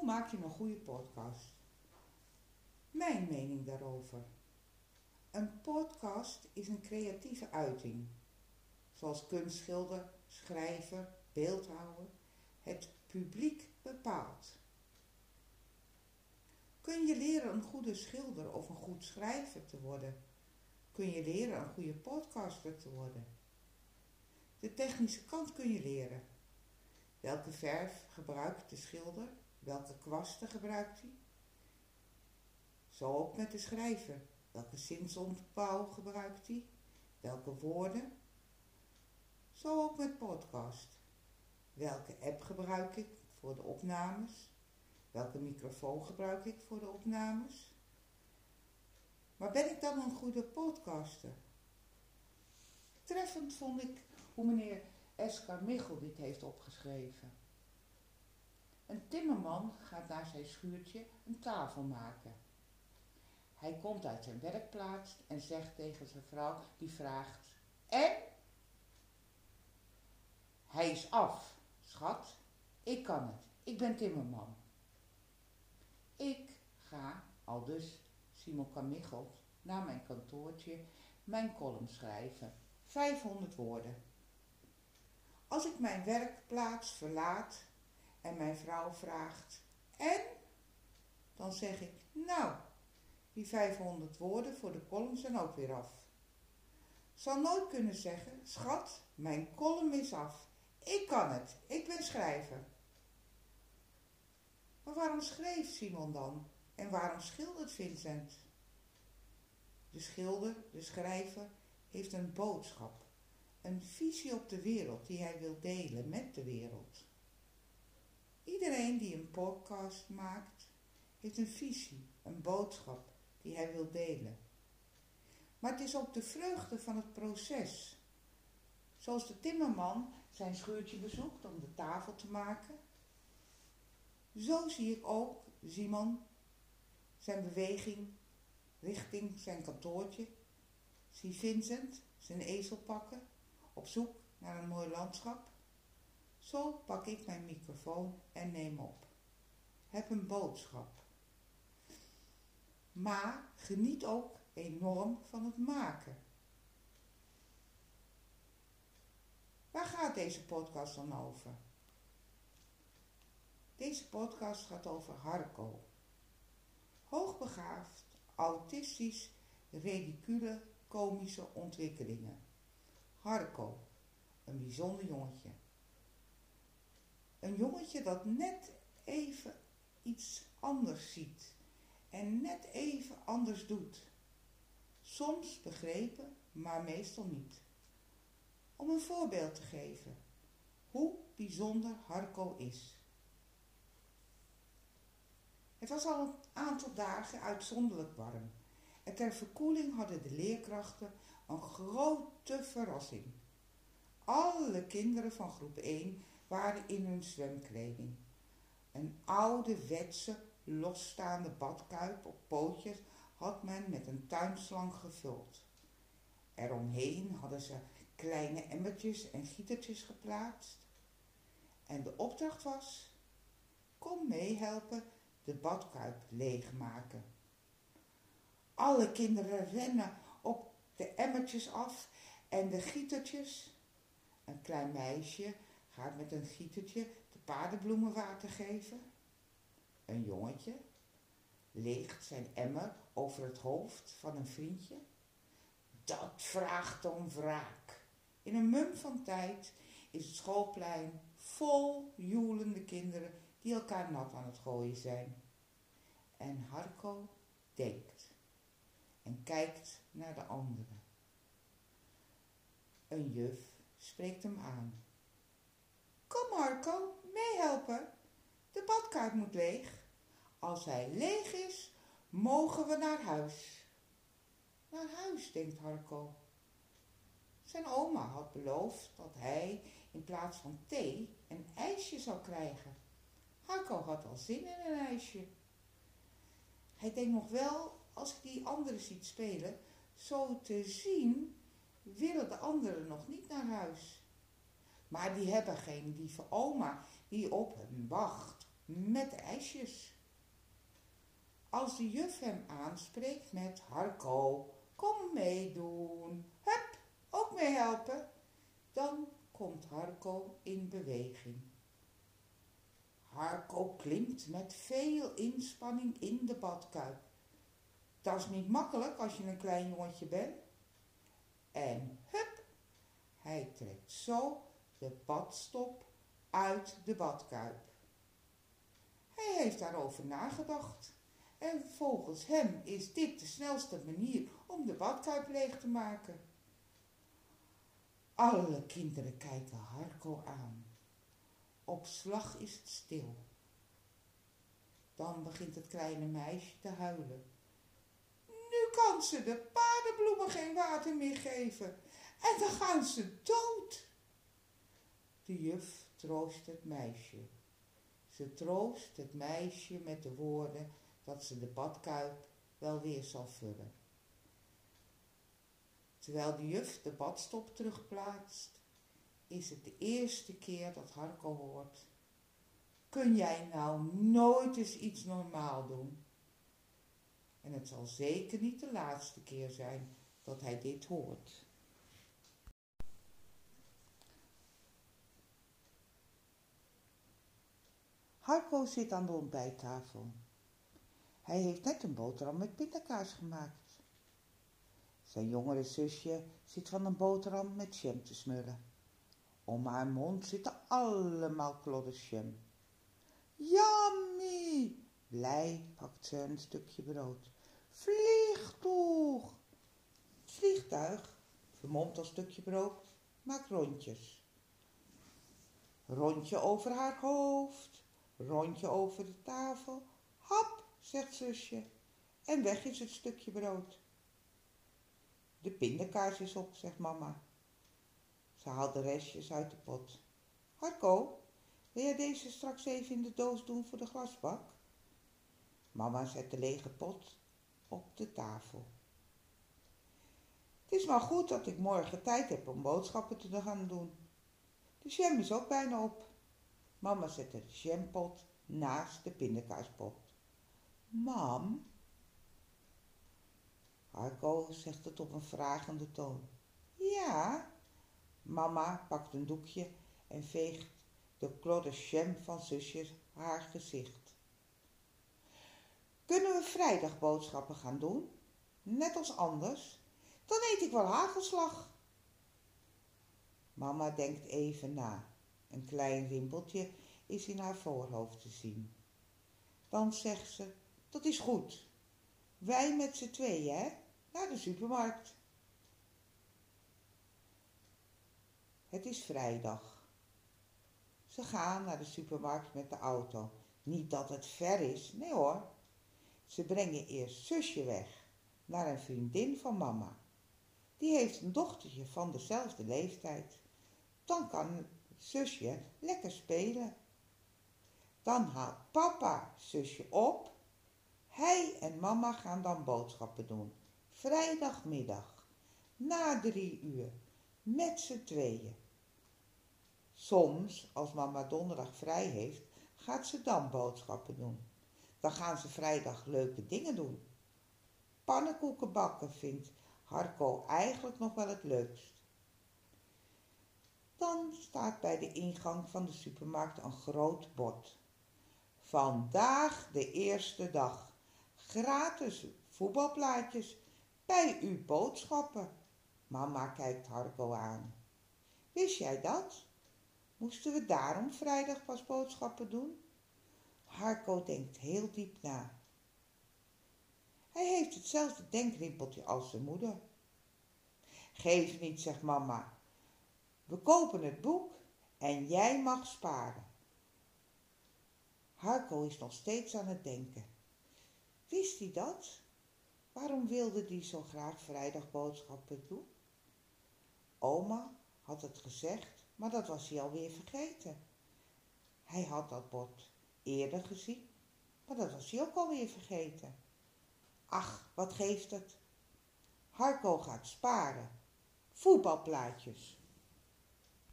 maak je een goede podcast? Mijn mening daarover. Een podcast is een creatieve uiting, zoals kunstschilder, schrijver, beeldhouwer. Het publiek bepaalt. Kun je leren een goede schilder of een goed schrijver te worden? Kun je leren een goede podcaster te worden? De technische kant kun je leren. Welke verf gebruikt de schilder? Welke kwasten gebruikt hij? Zo ook met de schrijver. Welke zinsopbouw gebruikt hij? Welke woorden? Zo ook met podcast. Welke app gebruik ik voor de opnames? Welke microfoon gebruik ik voor de opnames? Maar ben ik dan een goede podcaster? Treffend vond ik hoe meneer S. Carmichael dit heeft opgeschreven. Een timmerman gaat naar zijn schuurtje een tafel maken. Hij komt uit zijn werkplaats en zegt tegen zijn vrouw, die vraagt: En? Hij is af, schat. Ik kan het. Ik ben timmerman. Ik ga, aldus Simon Carmichael, naar mijn kantoortje mijn column schrijven. 500 woorden. Als ik mijn werkplaats verlaat en mijn vrouw vraagt: En? Dan zeg ik: Nou, die 500 woorden voor de column zijn ook weer af. Zal nooit kunnen zeggen: Schat, mijn column is af. Ik kan het. Ik ben schrijver. Maar waarom schreef Simon dan? En waarom schildert Vincent? De schilder, de schrijver, heeft een boodschap. Een visie op de wereld die hij wil delen met de wereld. Iedereen die een podcast maakt, heeft een visie, een boodschap die hij wil delen. Maar het is ook de vreugde van het proces. Zoals de timmerman zijn schuurtje bezoekt om de tafel te maken. Zo zie ik ook Simon zijn beweging richting zijn kantoortje. Zie Vincent zijn ezel pakken, op zoek naar een mooi landschap. Zo pak ik mijn microfoon en neem op. Heb een boodschap. Maar geniet ook enorm van het maken. Waar gaat deze podcast dan over? Deze podcast gaat over Harco. Hoogbegaafd, autistisch, ridicule, komische ontwikkelingen. Harco, een bijzonder jongetje. Een jongetje dat net even iets anders ziet en net even anders doet. Soms begrepen, maar meestal niet. Om een voorbeeld te geven hoe bijzonder Harco is. Het was al een aantal dagen uitzonderlijk warm en ter verkoeling hadden de leerkrachten een grote verrassing. Alle kinderen van groep 1 waren in hun zwemkleding. Een ouderwetse, losstaande badkuip op pootjes had men met een tuinslang gevuld. Eromheen hadden ze kleine emmertjes en gietertjes geplaatst. En de opdracht was: kom meehelpen de badkuip leegmaken. Alle kinderen rennen op de emmertjes af en de gietertjes. Een klein meisje gaat met een gietertje de paardenbloemen water geven. Een jongetje leegt zijn emmer over het hoofd van een vriendje. Dat vraagt om wraak. In een mum van tijd is het schoolplein vol joelende kinderen die elkaar nat aan het gooien zijn. En Harco denkt en kijkt naar de anderen. Een juf spreekt hem aan. Kom Harco, meehelpen. De badkuip moet leeg. Als hij leeg is, mogen we naar huis. Naar huis, denkt Harco. Zijn oma had beloofd dat hij in plaats van thee een ijsje zou krijgen. Harco had al zin in een ijsje. Hij denkt nog wel, als ik die anderen ziet spelen, zo te zien, willen de anderen nog niet naar huis. Maar die hebben geen lieve oma die op hen wacht. met ijsjes. Als de juf hem aanspreekt met Harco, kom meedoen, hup, ook meehelpen, dan komt Harco in beweging. Harco klimt met veel inspanning in de badkuip. Dat is niet makkelijk als je een klein jongetje bent. En hup, hij trekt zo de badstop uit de badkuip. Hij heeft daarover nagedacht. En volgens hem is dit de snelste manier om de badkuip leeg te maken. Alle kinderen kijken Harco aan. Op slag is het stil. Dan begint het kleine meisje te huilen. Nu kan ze de paardenbloemen geen water meer geven. En dan gaan ze dood. De juf troost het meisje. Ze troost het meisje met de woorden dat ze de badkuip wel weer zal vullen. Terwijl de juf de badstop terugplaatst, is het de eerste keer dat Harco hoort: kun jij nou nooit eens iets normaal doen? En het zal zeker niet de laatste keer zijn dat hij dit hoort. Harco zit aan de ontbijttafel. Hij heeft net een boterham met pindakaas gemaakt. Zijn jongere zusje zit van een boterham met jam te smullen. Om haar mond zitten allemaal klodders jam. Yummy! Blij pakt ze een stukje brood. Vliegtuig! Het vliegtuig, vermomd als stukje brood, maakt rondjes. Rondje over haar hoofd, rondje over de tafel. Hap, zegt zusje, en weg is het stukje brood. De pindakaas is op, zegt mama. Ze haalt de restjes uit de pot. Harco, wil jij deze straks even in de doos doen voor de glasbak? Mama zet de lege pot op de tafel. Het is maar goed dat ik morgen tijd heb om boodschappen te gaan doen. De jam is ook bijna op. Mama zet de jampot naast de pindakaaspot. Mam? Harco zegt het op een vragende toon. Ja? Mama pakt een doekje en veegt de klodders jam van zusjes haar gezicht. Kunnen we vrijdag boodschappen gaan doen? Net als anders? Dan eet ik wel hagelslag. Mama denkt even na. Een klein rimpeltje is in haar voorhoofd te zien. Dan zegt ze, dat is goed. Wij met z'n tweeën, hè? Naar de supermarkt. Het is vrijdag. Ze gaan naar de supermarkt met de auto. Niet dat het ver is, nee hoor. Ze brengen eerst zusje weg naar een vriendin van mama. Die heeft een dochtertje van dezelfde leeftijd. Dan kan zusje lekker spelen. Dan haalt papa zusje op. Hij en mama gaan dan boodschappen doen. Vrijdagmiddag, na 3 uur, met z'n tweeën. Soms, als mama donderdag vrij heeft, gaat ze dan boodschappen doen. Dan gaan ze vrijdag leuke dingen doen. Pannenkoeken bakken vindt Harco eigenlijk nog wel het leukst. Dan staat bij de ingang van de supermarkt een groot bord. Vandaag de eerste dag. Gratis voetbalplaatjes bij uw boodschappen. Mama kijkt Harco aan. Wist jij dat? Moesten we daarom vrijdag pas boodschappen doen? Harco denkt heel diep na. Hij heeft hetzelfde denkrimpeltje als zijn moeder. Geef niet, zegt mama. We kopen het boek en jij mag sparen. Harco is nog steeds aan het denken. Wist hij dat? Waarom wilde hij zo graag vrijdag boodschappen doen? Oma had het gezegd, maar dat was hij alweer vergeten. Hij had dat bord eerder gezien, maar dat was hij ook alweer vergeten. Ach, wat geeft het? Harco gaat sparen. Voetbalplaatjes.